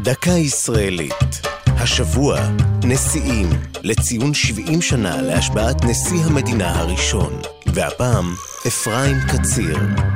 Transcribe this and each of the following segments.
דקה ישראלית. השבוע, נשיאים, לציון 70 שנה להשבעת נשיא המדינה הראשון. והפעם, אפרים קציר.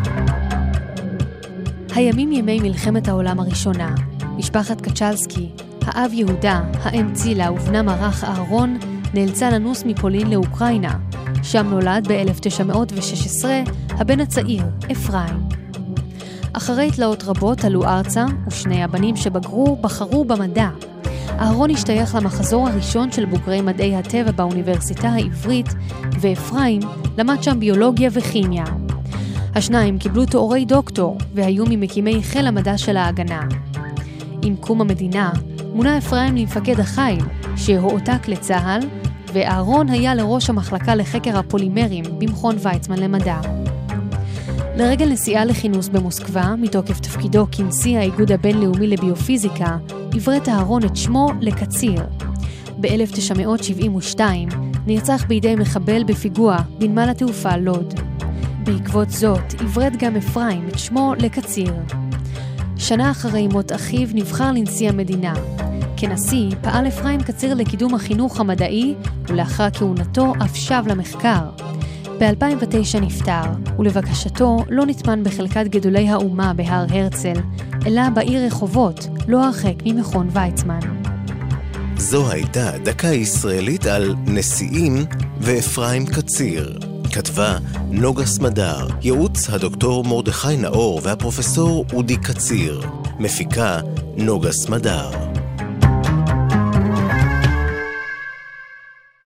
הימים ימי מלחמת העולם הראשונה. משפחת קצ'לסקי, האב יהודה, האם צילה ובנם הרך אהרון נאלצה לנוס מפולין לאוקראינה. שם נולד ב-1916 הבן הצעיר, אפרים. אחרי תלאות רבות עלו ארצה, ושני הבנים שבגרו בחרו במדע. אהרון השתייך למחזור הראשון של בוגרי מדעי הטבע באוניברסיטה העברית, ואפרים למד שם ביולוגיה וכימיה. השניים קיבלו תוארי דוקטור, והיו ממקימי חיל המדע של ההגנה. עם קום המדינה, מונה אפרים למפקד החיל, שהועתק לצה"ל, ואהרון היה לראש המחלקה לחקר הפולימרים במכון ויצמן למדע. לרגל נסיעה לכינוס במוסקבה, מתוקף תפקידו כנשיא האיגוד הבינלאומי לביופיזיקה, עברת אהרון את שמו לקציר. ב-1972 נרצח בידי מחבל בפיגוע בנמל התעופה לוד. בעקבות זאת עברת גם אפרים את שמו לקציר. שנה אחרי מות אחיו נבחר לנשיא המדינה. כנשיא פעל אפרים קציר לקידום החינוך המדעי, ולאחר כהונתו אף שב למחקר. ב-2009 נפטר, ולבקשתו לא נטמן בחלקת גדולי האומה בהר הרצל, אלא בעיר רחובות, לא הרחק ממכון ויצמן. זו הייתה דקה ישראלית על נשיאים ואפרים קציר. כתבה נוגה סמדר, ייעוץ הדוקטור מרדכי נאור והפרופסור אודי קציר. מפיקה נוגה סמדר.